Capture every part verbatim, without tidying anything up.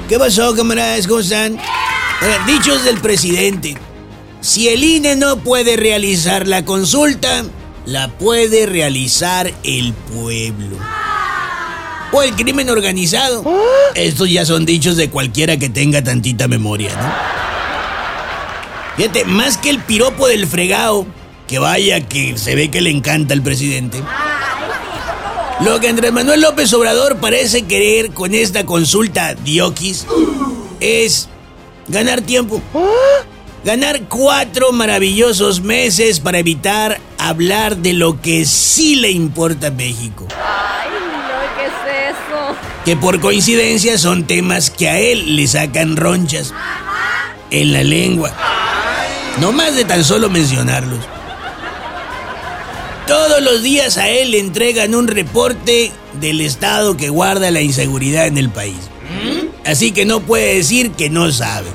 ¿Qué pasó, camaradas? ¿Cómo están? Oigan, dichos del presidente. Si el I N E no puede realizar la consulta, la puede realizar el pueblo. O el crimen organizado. Estos ya son dichos de cualquiera que tenga tantita memoria, ¿no? Fíjate, más que el piropo del fregado, que vaya que se ve que le encanta al presidente. Lo que Andrés Manuel López Obrador parece querer con esta consulta dioquis es ganar tiempo. Ganar cuatro maravillosos meses para evitar hablar de lo que sí le importa a México. Ay, no, ¿qué es eso? Que por coincidencia son temas que a él le sacan ronchas en la lengua. No más de tan solo mencionarlos. Todos los días a él le entregan un reporte del estado que guarda la inseguridad en el país. Así que no puede decir que no sabe.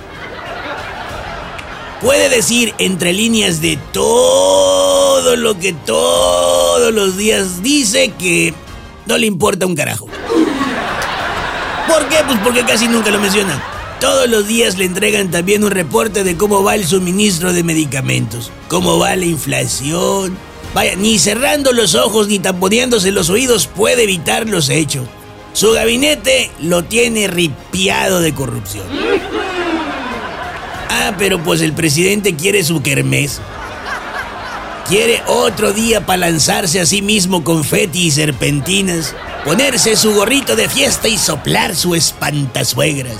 Puede decir entre líneas de todo lo que todos los días dice que no le importa un carajo. ¿Por qué? Pues porque casi nunca lo menciona. Todos los días le entregan también un reporte de cómo va el suministro de medicamentos, cómo va la inflación. Vaya, ni cerrando los ojos ni tamponeándose los oídos puede evitar los hechos. Su gabinete lo tiene ripiado de corrupción. Ah, pero pues el presidente quiere su kermés. Quiere otro día para lanzarse a sí mismo confeti y serpentinas, ponerse su gorrito de fiesta y soplar su espantasuegras.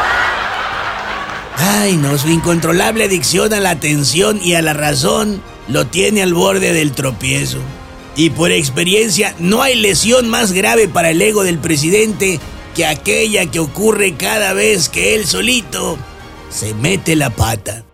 Ay, no, su incontrolable adicción a la atención y a la razón lo tiene al borde del tropiezo. Y por experiencia, no hay lesión más grave para el ego del presidente que aquella que ocurre cada vez que él solito se mete la pata.